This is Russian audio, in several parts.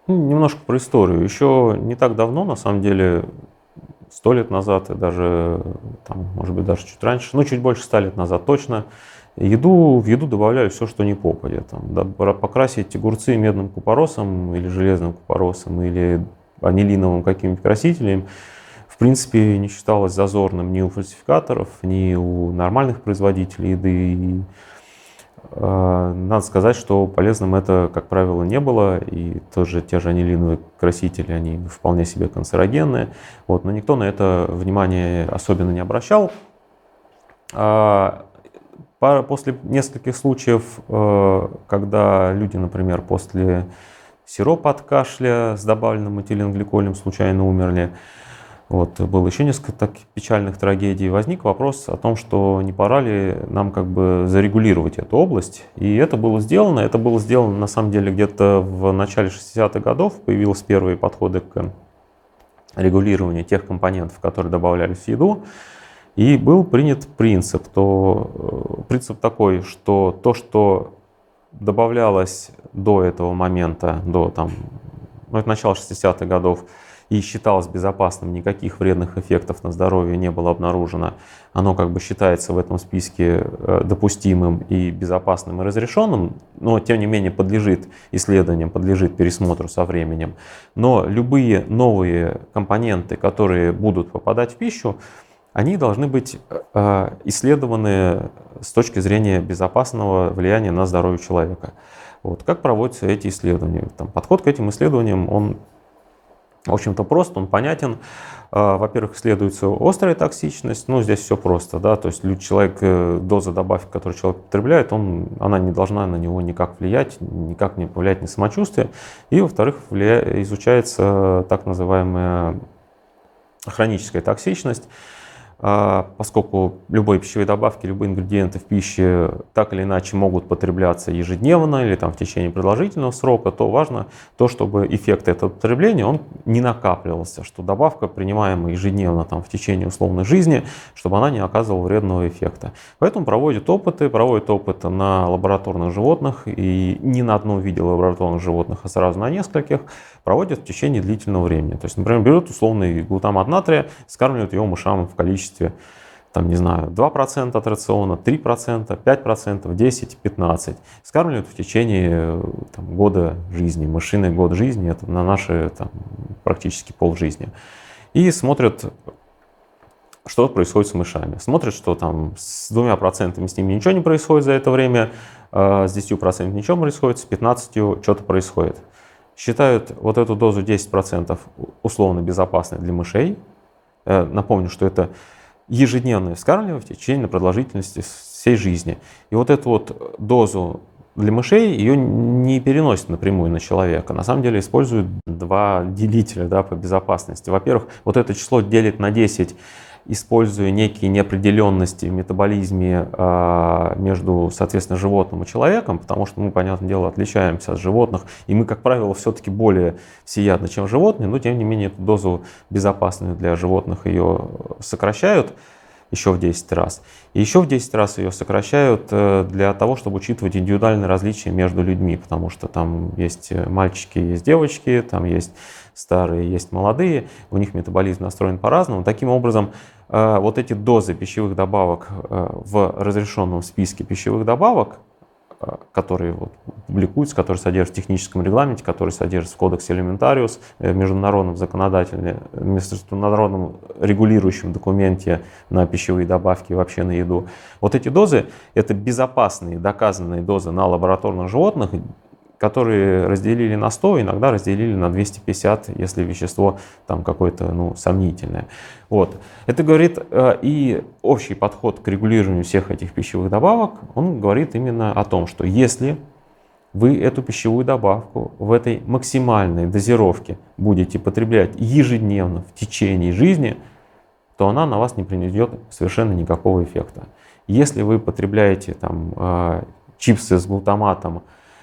Ну, немножко про историю. Еще не так давно, на самом деле, 100 лет назад, и даже, там, может быть, даже чуть раньше, ну, чуть больше 100 лет назад точно, в еду добавляли все, что не попадя. Там, да, покрасить огурцы медным купоросом или железным купоросом, или анилиновым каким-нибудь красителем, в принципе, не считалось зазорным ни у фальсификаторов, ни у нормальных производителей еды. И, надо сказать, что полезным это, как правило, не было. И тоже те же анилиновые красители, они вполне себе канцерогенные. Вот, но никто на это внимание особенно не обращал. После нескольких случаев, когда люди, например, после сиропа от кашля с добавленным этиленгликолем случайно умерли, вот, было еще несколько таких печальных трагедий. Возник вопрос о том, что не пора ли нам как бы зарегулировать эту область. И это было сделано. Это было сделано на самом деле где-то в начале 60-х годов. Появились первые подходы к регулированию тех компонентов, которые добавлялись в еду. И был принят принцип такой, что то, что добавлялось до этого момента, это начало 60-х годов, и считалось безопасным, никаких вредных эффектов на здоровье не было обнаружено, оно как бы считается в этом списке допустимым и безопасным и разрешенным, но тем не менее подлежит исследованиям, подлежит пересмотру со временем. Но любые новые компоненты, которые будут попадать в пищу, они должны быть исследованы с точки зрения безопасного влияния на здоровье человека. Вот. Как проводятся эти исследования? Подход к этим исследованиям, он, в общем-то, прост, он понятен. Во-первых, исследуется острая токсичность. Ну, здесь все просто, да, то есть доза добавки, которую человек потребляет, она не должна на него никак влиять, никак не повлиять на самочувствие. И, во-вторых, изучается так называемая хроническая токсичность. Поскольку любые пищевые добавки, любые ингредиенты в пище так или иначе могут потребляться ежедневно или в течение продолжительного срока, то важно то, чтобы эффект этого потребления он не накапливался, что добавка, принимаемая ежедневно в течение условной жизни, чтобы она не оказывала вредного эффекта. Поэтому проводят опыты на лабораторных животных, и не на одном виде лабораторных животных, а сразу на нескольких, проводят в течение длительного времени. То есть, например, берут условный глутамат натрия, скармливают его мышам в количестве 2% от рациона, 3%, 5%, 10%, 15%. Скармливают в течение года жизни. Мышиный год жизни — это на наши практически полжизни. И смотрят, что происходит с мышами. Смотрят, что с 2% с ними ничего не происходит за это время, с 10% ничего происходит, с 15% что-то происходит. Считают вот эту дозу 10% условно безопасной для мышей. Напомню, что это ежедневное вскармливание в течение продолжительности всей жизни. И вот эту вот дозу для мышей ее не переносят напрямую на человека. На самом деле используют два делителя по безопасности. Во-первых, вот это число делит на 10, используя некие неопределенности в метаболизме между, соответственно, животным и человеком, потому что мы, понятное дело, отличаемся от животных, и мы, как правило, все-таки более всеядны, чем животные, но, тем не менее, эту дозу безопасную для животных ее сокращают еще в 10 раз. И еще в 10 раз ее сокращают для того, чтобы учитывать индивидуальные различия между людьми, потому что там есть мальчики, есть девочки, там есть старые, есть молодые, у них метаболизм настроен по-разному. Таким образом, вот эти дозы пищевых добавок в разрешенном списке пищевых добавок, которые публикуются, которые содержатся в техническом регламенте, которые содержатся в Кодексе Алиментариус, международном международном регулирующем документе на пищевые добавки и вообще на еду. Вот эти дозы — это безопасные, доказанные дозы на лабораторных животных, которые разделили на 100, иногда разделили на 250, если вещество какое-то сомнительное. Вот. Это говорит и общий подход к регулированию всех этих пищевых добавок, он говорит именно о том, что если вы эту пищевую добавку в этой максимальной дозировке будете потреблять ежедневно в течение жизни, то она на вас не принесет совершенно никакого эффекта. Если вы потребляете чипсы с глутаматом,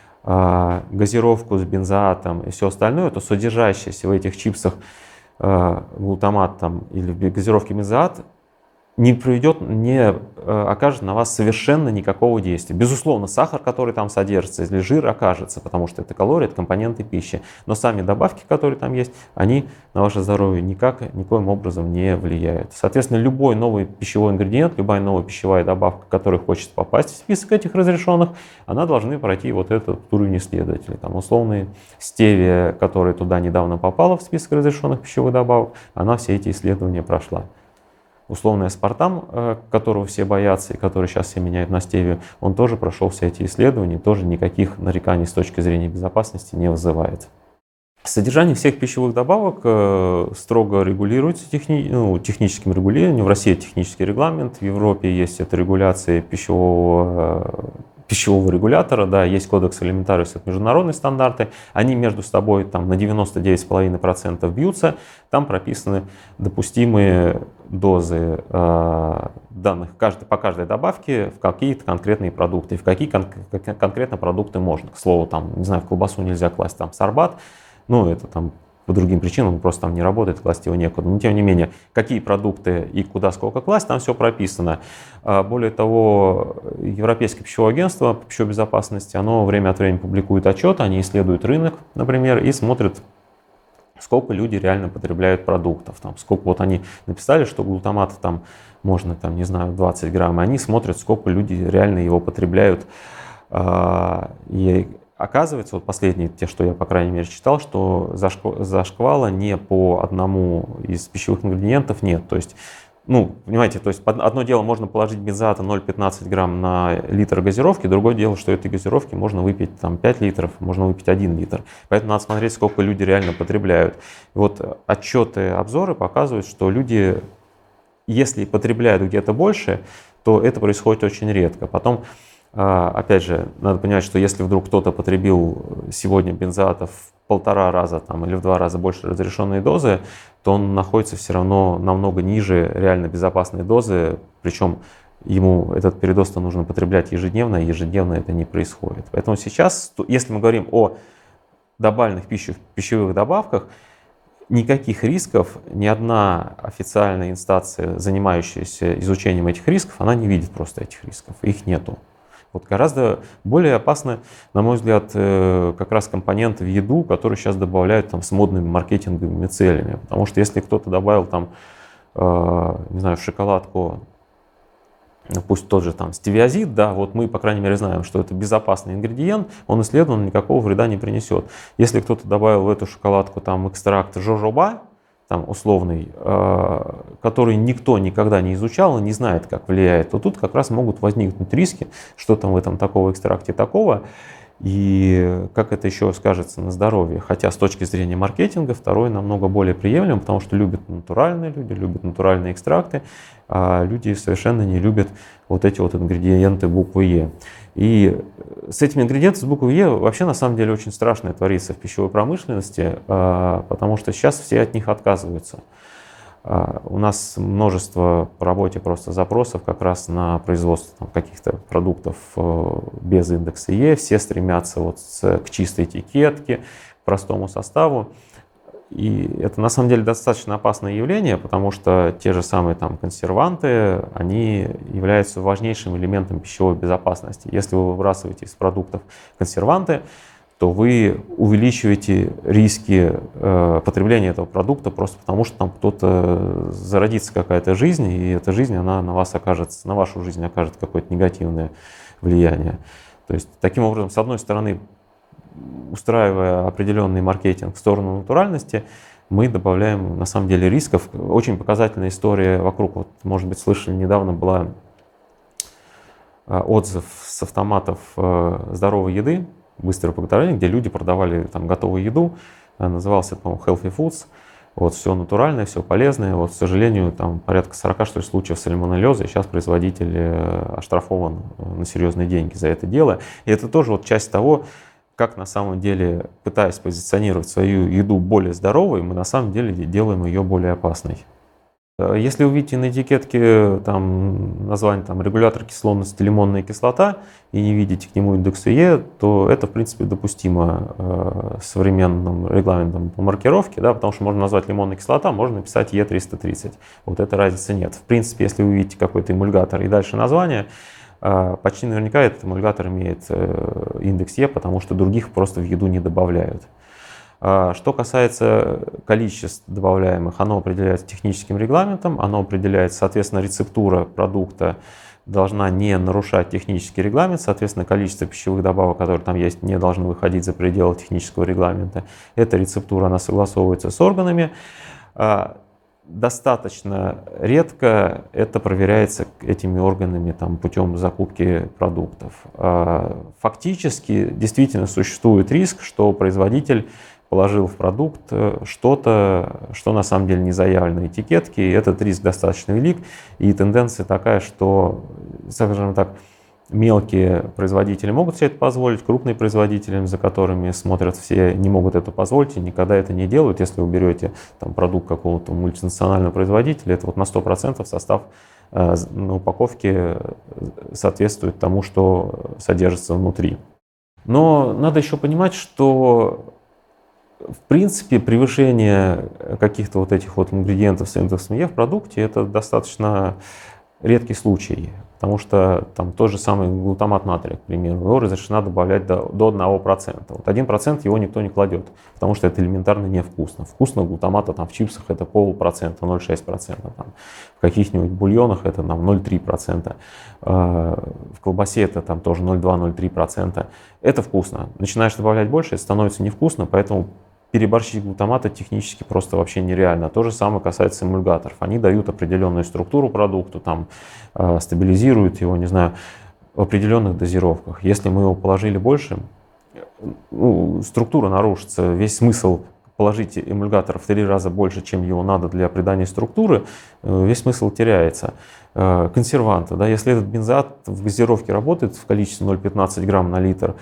газировку с бензоатом и все остальное, то содержащийся в этих чипсах глутамат или в газировке бензоат не окажет на вас совершенно никакого действия. Безусловно, сахар, который там содержится, или жир окажется, потому что это калории, это компоненты пищи. Но сами добавки, которые там есть, они на ваше здоровье никоим образом не влияют. Соответственно, любой новый пищевой ингредиент, любая новая пищевая добавка, которая хочет попасть в список этих разрешенных, она должна пройти вот этот уровень исследователей. Там условный стевия, которая туда недавно попала в список разрешенных пищевых добавок, она все эти исследования прошла. Условный аспартам, которого все боятся и который сейчас все меняют на стевию, он тоже прошел все эти исследования, тоже никаких нареканий с точки зрения безопасности не вызывает. Содержание всех пищевых добавок строго регулируется техническим регулированием. В России технический регламент, в Европе есть это регуляция пищевого регулятора, да, есть кодекс Алиментариус, это международные стандарты, они между собой там на 99,5% бьются, там прописаны допустимые дозы данных по каждой добавке в какие-то конкретные продукты, в какие конкретно продукты можно. К слову, там, не знаю, в колбасу нельзя класть там сорбат, это там по другим причинам, он просто там не работает, класть его некуда. Но тем не менее, какие продукты и куда сколько класть, там все прописано. Более того, Европейское пищевое агентство по пищевой безопасности, оно время от времени публикует отчеты, они исследуют рынок, например, и смотрят, сколько люди реально потребляют продуктов. Там, сколько вот они написали, что глутамата там можно, там, не знаю, 20 грамм, и они смотрят, сколько люди реально его потребляют. И оказывается, вот последние, те, что я, по крайней мере, читал, что зашквала не по одному из пищевых ингредиентов нет. То есть, понимаете, то есть одно дело, можно положить бензоата 0,15 грамм на литр газировки, другое дело, что этой газировки можно выпить там 5 литров, можно выпить 1 литр. Поэтому надо смотреть, сколько люди реально потребляют. И вот отчеты, обзоры показывают, что люди, если потребляют где-то больше, то это происходит очень редко. Потом, опять же, надо понимать, что если вдруг кто-то потребил сегодня бензоата в 1,5 раза там, или в 2 раза больше разрешенной дозы, то он находится все равно намного ниже реально безопасной дозы, причем ему этот передоз нужно потреблять ежедневно, и ежедневно это не происходит. Поэтому сейчас, если мы говорим о добавленных пищевых добавках, никаких рисков, ни одна официальная инстанция, занимающаяся изучением этих рисков, она не видит просто этих рисков, их нету. Вот гораздо более опасны, на мой взгляд, как раз компоненты в еду, которые сейчас добавляют там с модными маркетинговыми целями. Потому что если кто-то добавил там, не знаю, в шоколадку, пусть тот же там стевиазид, да, вот мы, по крайней мере, знаем, что это безопасный ингредиент, он исследован, никакого вреда не принесет. Если кто-то добавил в эту шоколадку там экстракт жожоба, там условный, который никто никогда не изучал и не знает, как влияет, то тут как раз могут возникнуть риски, что там в этом такого экстракте такого, и как это еще скажется на здоровье. Хотя с точки зрения маркетинга второй намного более приемлем, потому что любят натуральные люди, любят натуральные экстракты, а люди совершенно не любят вот эти вот ингредиенты буквы Е. И с этими ингредиентами с буквой Е вообще на самом деле очень страшное творится в пищевой промышленности, потому что сейчас все от них отказываются. У нас множество по работе просто запросов как раз на производство там, каких-то продуктов без индекса Е. Все стремятся вот к чистой этикетке, к простому составу. И это на самом деле достаточно опасное явление, потому что те же самые там консерванты, они являются важнейшим элементом пищевой безопасности. Если вы выбрасываете из продуктов консерванты, то вы увеличиваете риски потребления этого продукта просто потому, что там кто-то зародится какая-то жизнь, и эта жизнь, она на вашу жизнь окажет какое-то негативное влияние. То есть, таким образом, с одной стороны, устраивая определенный маркетинг в сторону натуральности, мы добавляем на самом деле рисков. Очень показательная история вокруг, вот, может быть, слышали, недавно была отзыв с автоматов здоровой еды, быстрое приготовление, где люди продавали там готовую еду, назывался, по-моему, Healthy Foods. Вот, все натуральное, все полезное. Вот, к сожалению, там порядка 40 что ли, случаев сальмонеллеза, и сейчас производитель оштрафован на серьезные деньги за это дело. И это тоже вот часть того, как на самом деле, пытаясь позиционировать свою еду более здоровой, мы на самом деле делаем ее более опасной. Если вы видите на этикетке там, название там, регулятор кислотности лимонная кислота и не видите к нему индекс ИЕ, то это в принципе допустимо современным регламентом по маркировке, да, потому что можно назвать лимонная кислота, можно написать Е330. Вот этой разницы нет. В принципе, если вы видите какой-то эмульгатор и дальше название, почти наверняка этот эмульгатор имеет индекс Е, потому что других просто в еду не добавляют. Что касается количеств добавляемых, оно определяется техническим регламентом, оно определяется, соответственно, рецептура продукта должна не нарушать технический регламент, соответственно, количество пищевых добавок, которые там есть, не должны выходить за пределы технического регламента. Эта рецептура, она согласовывается с органами. Достаточно редко это проверяется этими органами там, путем закупки продуктов. Фактически действительно существует риск, что производитель положил в продукт что-то, что на самом деле не заявлено на этикетке, и этот риск достаточно велик, и тенденция такая, что, скажем так, мелкие производители могут себе это позволить, крупные производители, за которыми смотрят все, не могут это позволить и никогда это не делают. Если вы берете там, продукт какого-то мультинационального производителя, это вот на 100% состав на упаковке соответствует тому, что содержится внутри. Но надо еще понимать, что в принципе превышение каких-то вот этих вот ингредиентов с индексом Е в продукте это достаточно редкий случай. Потому что там тот же самый глутамат натрия, к примеру, его разрешено добавлять до 1%. Вот 1% его никто не кладет, потому что это элементарно невкусно. Вкусно глутамата там, в чипсах это 0,5%, 0,6%. Там, в каких-нибудь бульонах это там, 0,3%. В колбасе это там, тоже 0,2-0,3%. Это вкусно. Начинаешь добавлять больше, это становится невкусно, поэтому переборщить глутамата технически просто вообще нереально. То же самое касается эмульгаторов. Они дают определенную структуру продукту, там, стабилизируют его, не знаю, в определенных дозировках. Если мы его положили больше, структура нарушится. Весь смысл положить эмульгатор в 3 раза больше, чем его надо для придания структуры, весь смысл теряется. Консерванты. Да, если этот бензоат в газировке работает в количестве 0,15 грамм на литр,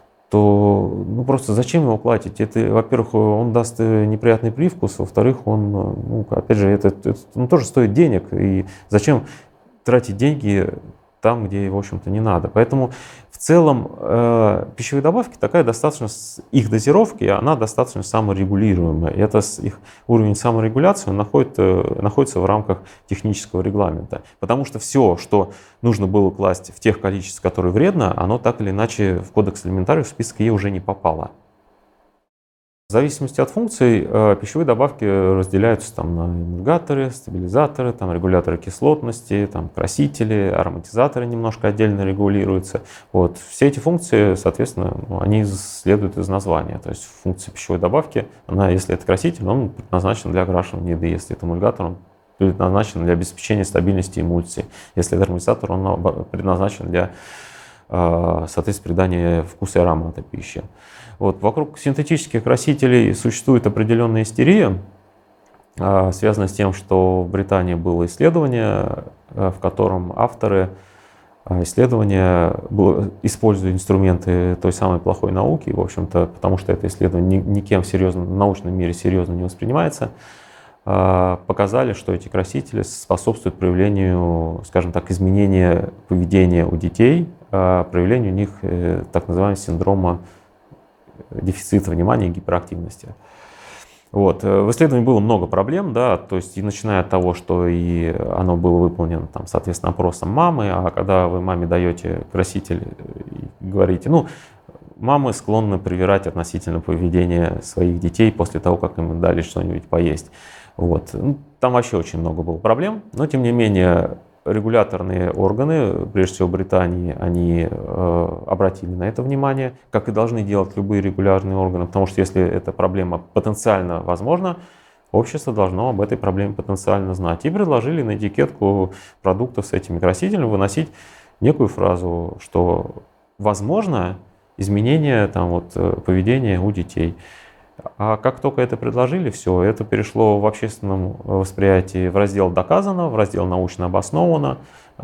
то просто зачем его платить? Это, во-первых, он даст неприятный привкус, во-вторых, он, опять же, это тоже стоит денег. И зачем тратить деньги там, где, в общем-то, не надо? Поэтому в целом пищевые добавки такая достаточно, их дозировки, она достаточно саморегулируемая. И это их уровень саморегуляции находится в рамках технического регламента. Потому что все, что нужно было класть в тех количествах, которые вредно, оно так или иначе в кодекс алиментариус в список Е уже не попало. В зависимости от функций пищевые добавки разделяются там, на эмульгаторы, стабилизаторы, там, регуляторы кислотности, там, красители, ароматизаторы немножко отдельно регулируются. Вот. Все эти функции, соответственно, они следуют из названия. То есть функция пищевой добавки, она, если это краситель, он предназначен для окрашивания еды. Если это эмульгатор, он предназначен для обеспечения стабильности эмульсии. Если это ароматизатор, он предназначен для, соответственно, придания вкуса и аромата пищи. Вот. Вокруг синтетических красителей существует определенная истерия, связанная с тем, что в Британии было исследование, в котором авторы исследования используют инструменты той самой плохой науки, в общем-то, потому что это исследование никем серьезно, в научном мире серьезно не воспринимается, показали, что эти красители способствуют проявлению, скажем так, изменения поведения у детей, проявлению у них так называемого синдрома дефицита внимания и гиперактивности. Вот. В исследовании было много проблем, да, то есть и начиная от того, что и оно было выполнено, там, соответственно, опросом мамы, а когда вы маме даете краситель и говорите, мамы склонны привирать относительно поведения своих детей после того, как им дали что-нибудь поесть. Вот. Там вообще очень много было проблем, но тем не менее регуляторные органы, прежде всего Британии, они обратили на это внимание, как и должны делать любые регуляторные органы, потому что если эта проблема потенциально возможна, общество должно об этой проблеме потенциально знать. И предложили на этикетку продуктов с этими красителями выносить некую фразу, что возможно изменение поведения у детей. А как только это предложили, все, это перешло в общественном восприятии в раздел «доказано», в раздел «научно обосновано».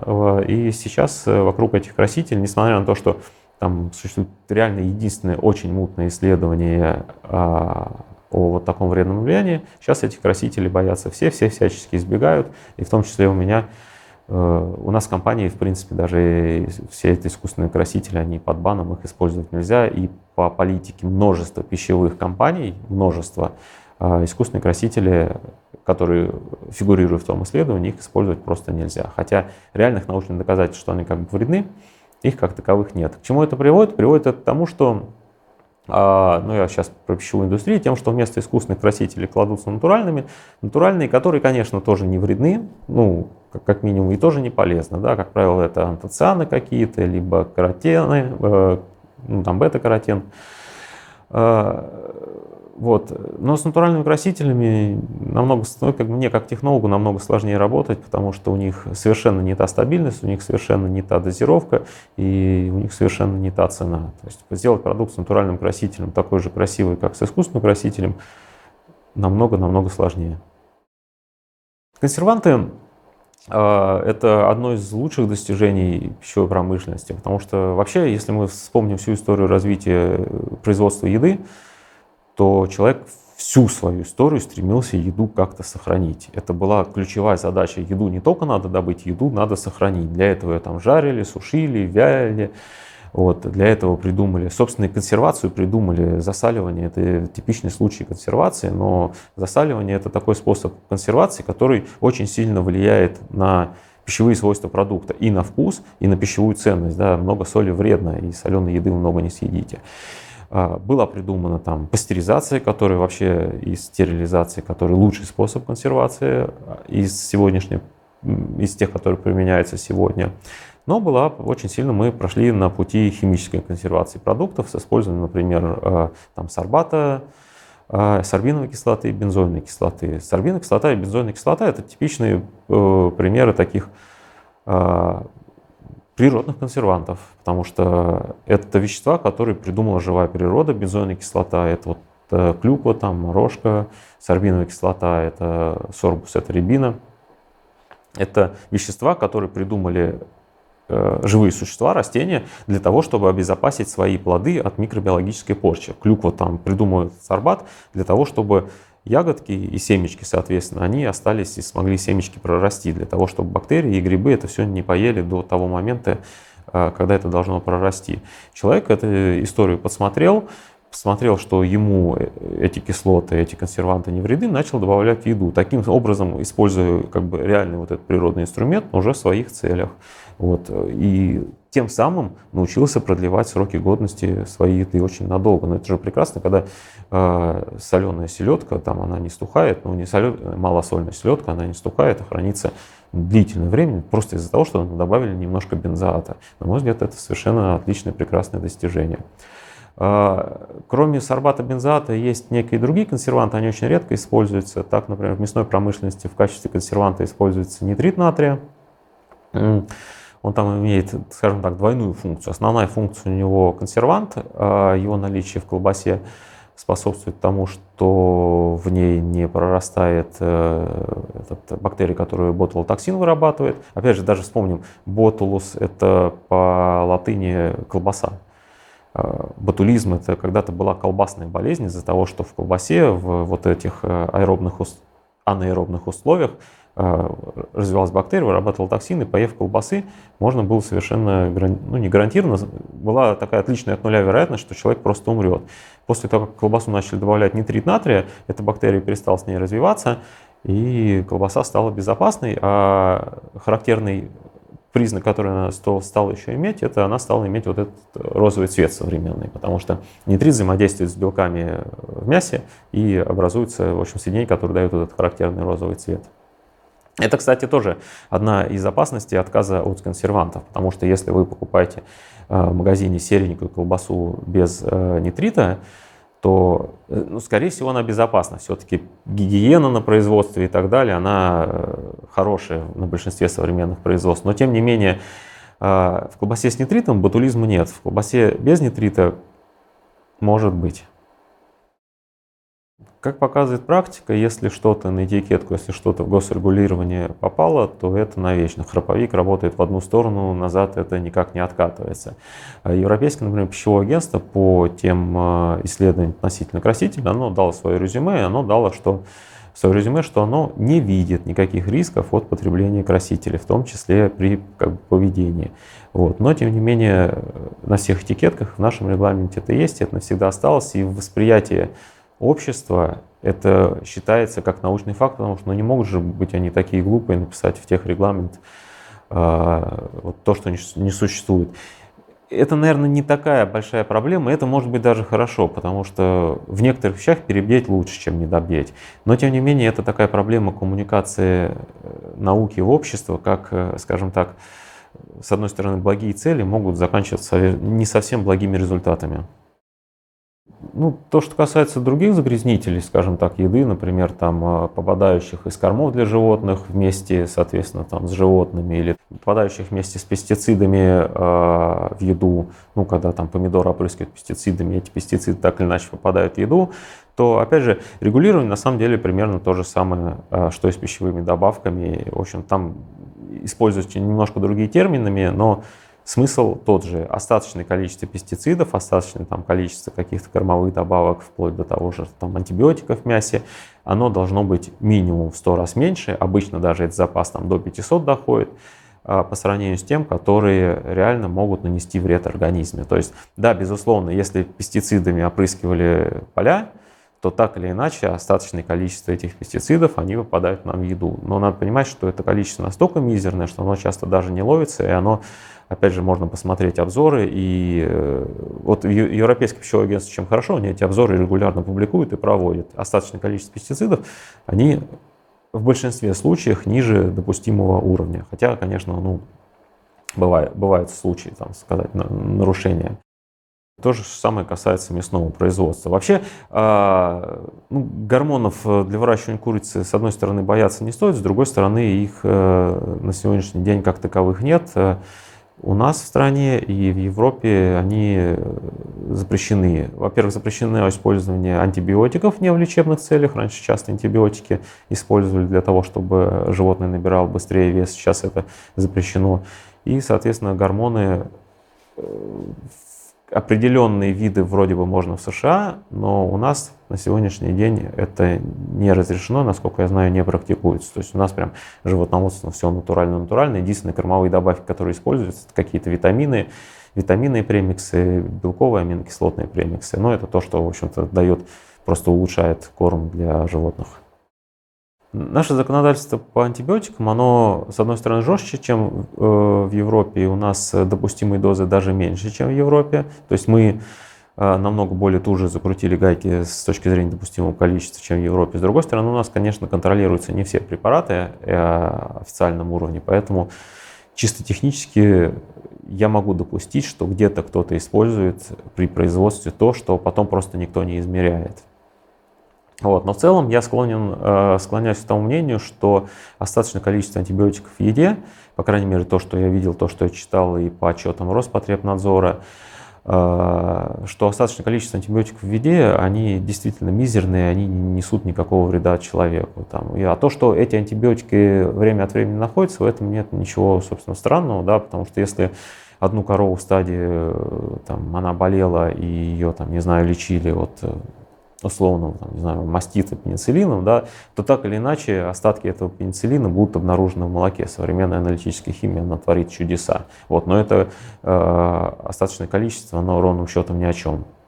И сейчас вокруг этих красителей, несмотря на то, что там существует реально единственное очень мутное исследование о вот таком вредном влиянии. Сейчас этих красителей боятся все всячески избегают, и в том числе у нас в компании, в принципе, даже все эти искусственные красители, они под баном, их использовать нельзя. И по политике множества пищевых компаний, искусственные красители, которые фигурируют в том исследовании, их использовать просто нельзя. Хотя реальных научных доказательств, что они как бы вредны, их как таковых нет. К чему это приводит? Приводит это к тому, что, я сейчас про пищевую индустрию, тем, что вместо искусственных красителей кладутся натуральные, которые, конечно, тоже не вредны, как минимум, и тоже не полезны. Да? Как правило, это антоцианы какие-то, либо каротены, бета-каротен. Но с натуральными красителями мне как технологу намного сложнее работать, потому что у них совершенно не та стабильность, у них совершенно не та дозировка и у них совершенно не та цена. То есть сделать продукт с натуральным красителем такой же красивый, как с искусственным красителем, намного сложнее. Консерванты – это одно из лучших достижений пищевой промышленности, потому что вообще, если мы вспомним всю историю развития производства еды, то человек всю свою историю стремился еду как-то сохранить. Это была ключевая задача. Еду не только надо добыть, еду надо сохранить. Для этого ее там жарили, сушили, вялили. Для этого придумали, собственно, и консервацию придумали. Засаливание – это типичный случай консервации, но засаливание – это такой способ консервации, который очень сильно влияет на пищевые свойства продукта, и на вкус, и на пищевую ценность. Да, много соли вредно, и соленой еды много не съедите. Была придумана пастеризация, которая вообще и стерилизация, который лучший способ консервации из тех, которые применяются сегодня. Но мы прошли на пути химической консервации продуктов с использованием, например, сорбата, сорбиновой кислоты и бензойной кислоты. Сорбиновая кислота и бензойная кислота – это типичные примеры таких природных консервантов, потому что это вещества, которые придумала живая природа. Бензойная кислота – это клюква, морожка, сорбиновая кислота – это сорбус, это рябина. Это вещества, которые придумали живые существа, растения, для того, чтобы обезопасить свои плоды от микробиологической порчи. Клюква придумывает сорбат для того, чтобы ягодки и семечки, соответственно, они остались и смогли семечки прорасти, для того, чтобы бактерии и грибы это все не поели до того момента, когда это должно прорасти. Человек эту историю посмотрел, что ему эти кислоты, эти консерванты не вредны, начал добавлять в еду. Таким образом, используя реальный этот природный инструмент, но уже в своих целях. И тем самым научился продлевать сроки годности своей еды очень надолго. Но это же прекрасно, когда соленая селедка, она не стухает, малосольная селедка, она не стухает, а хранится длительное время, просто из-за того, что добавили немножко бензоата. На мой взгляд, это совершенно отличное, прекрасное достижение. Кроме сорбата, бензоата, есть некие другие консерванты, они очень редко используются. Так, например, в мясной промышленности в качестве консерванта используется нитрит натрия. Он имеет, скажем так, двойную функцию. Основная функция у него консервант, его наличие в колбасе способствует тому, что в ней не прорастает бактерия, которую ботулотоксин вырабатывает. Опять же, даже вспомним, ботулус – это по латыни колбаса. Ботулизм – это когда-то была колбасная болезнь из-за того, что в колбасе в этих анаэробных условиях развивалась бактерия, вырабатывала токсины, поев колбасы, можно было совершенно, не гарантированно, была такая отличная от нуля вероятность, что человек просто умрет. После того, как в колбасу начали добавлять нитрит натрия, эта бактерия перестала с ней развиваться, и колбаса стала безопасной, а характерный признак, который она стала еще иметь, это она стала иметь этот розовый цвет современный, потому что нитрит взаимодействует с белками в мясе и образуется, в общем, соединение, которое дает этот характерный розовый цвет. Это, кстати, тоже одна из опасностей отказа от консервантов, потому что если вы покупаете в магазине серенькую колбасу без нитрита, то, скорее всего, она безопасна. Все-таки гигиена на производстве и так далее, она хорошая на большинстве современных производств. Но, тем не менее, в колбасе с нитритом ботулизма нет. В колбасе без нитрита может быть. Как показывает практика, если что-то на этикетку, если что-то в госрегулирование попало, то это навечно. Храповик работает в одну сторону, назад это никак не откатывается. Европейское, например, пищевое агентство по тем исследованиям относительно красителей, оно дало свое резюме, и оно дало свое резюме, что оно не видит никаких рисков от потребления красителей, в том числе при поведении. Вот. Но, тем не менее, на всех этикетках в нашем регламенте это есть, это навсегда осталось, и в восприятии общества это считается как научный факт, потому что не могут же быть они такие глупые написать в техрегламент вот то, что не существует. Это, наверное, не такая большая проблема, это может быть даже хорошо, потому что в некоторых вещах перебдеть лучше, чем недобдеть. Но, тем не менее, это такая проблема коммуникации науки в общество, как, скажем так, с одной стороны, благие цели могут заканчиваться не совсем благими результатами. То, что касается других загрязнителей, скажем так, еды, например, там, попадающих из кормов для животных вместе, соответственно, там, с животными, или попадающих вместе с пестицидами в еду, когда там помидоры опрыскивают пестицидами, эти пестициды так или иначе попадают в еду, то, опять же, регулирование на самом деле примерно то же самое, что и с пищевыми добавками. В общем, там используются немножко другие термины, но смысл тот же. Остаточное количество пестицидов, остаточное количество каких-то кормовых добавок, вплоть до того же антибиотиков в мясе, оно должно быть минимум в 100 раз меньше. Обычно даже этот запас до 500 доходит по сравнению с тем, которые реально могут нанести вред организму. То есть, да, безусловно, если пестицидами опрыскивали поля, то так или иначе остаточное количество этих пестицидов, они попадают нам в еду. Но надо понимать, что это количество настолько мизерное, что оно часто даже не ловится, и оно, опять же, можно посмотреть обзоры, и вот Европейское пищевое агентство, чем хорошо, они эти обзоры регулярно публикуют и проводят. Остаточное количество пестицидов, они в большинстве случаев ниже допустимого уровня. Хотя, конечно, бывают случаи, нарушения. То же самое касается мясного производства. Вообще, гормонов для выращивания курицы, с одной стороны, бояться не стоит, с другой стороны, их на сегодняшний день как таковых нет. У нас в стране и в Европе они запрещены. Во-первых, запрещено использование антибиотиков не в лечебных целях. Раньше часто антибиотики использовали для того, чтобы животное набирало быстрее вес. Сейчас это запрещено. И, соответственно, гормоны, определенные виды вроде бы можно в США, но у нас на сегодняшний день это не разрешено, насколько я знаю, не практикуется. То есть у нас прям животноводство все натурально. Единственные кормовые добавки, которые используются, это какие-то витаминные премиксы, белковые, аминокислотные премиксы. Но это то, что, в общем-то, просто улучшает корм для животных. Наше законодательство по антибиотикам, оно, с одной стороны, жестче, чем в Европе, и у нас допустимые дозы даже меньше, чем в Европе. То есть мы намного более туже закрутили гайки с точки зрения допустимого количества, чем в Европе. С другой стороны, у нас, конечно, контролируются не все препараты на официальном уровне, поэтому чисто технически я могу допустить, что где-то кто-то использует при производстве то, что потом просто никто не измеряет. Но в целом я склоняюсь к тому мнению, что остаточное количество антибиотиков в еде, по крайней мере то, что я видел, то, что я читал и по отчетам Роспотребнадзора, что остаточное количество антибиотиков в еде, они действительно мизерные, они не несут никакого вреда человеку. А то, что эти антибиотики время от времени находятся, в этом нет ничего, собственно, странного, да, потому что если одну корову в стадии, она болела и ее, лечили от условного, мастита пенициллином, да, то так или иначе остатки этого пенициллина будут обнаружены в молоке. Современная аналитическая химия, она творит чудеса. Но это остаточное количество, оно ровным счетом ни о чем.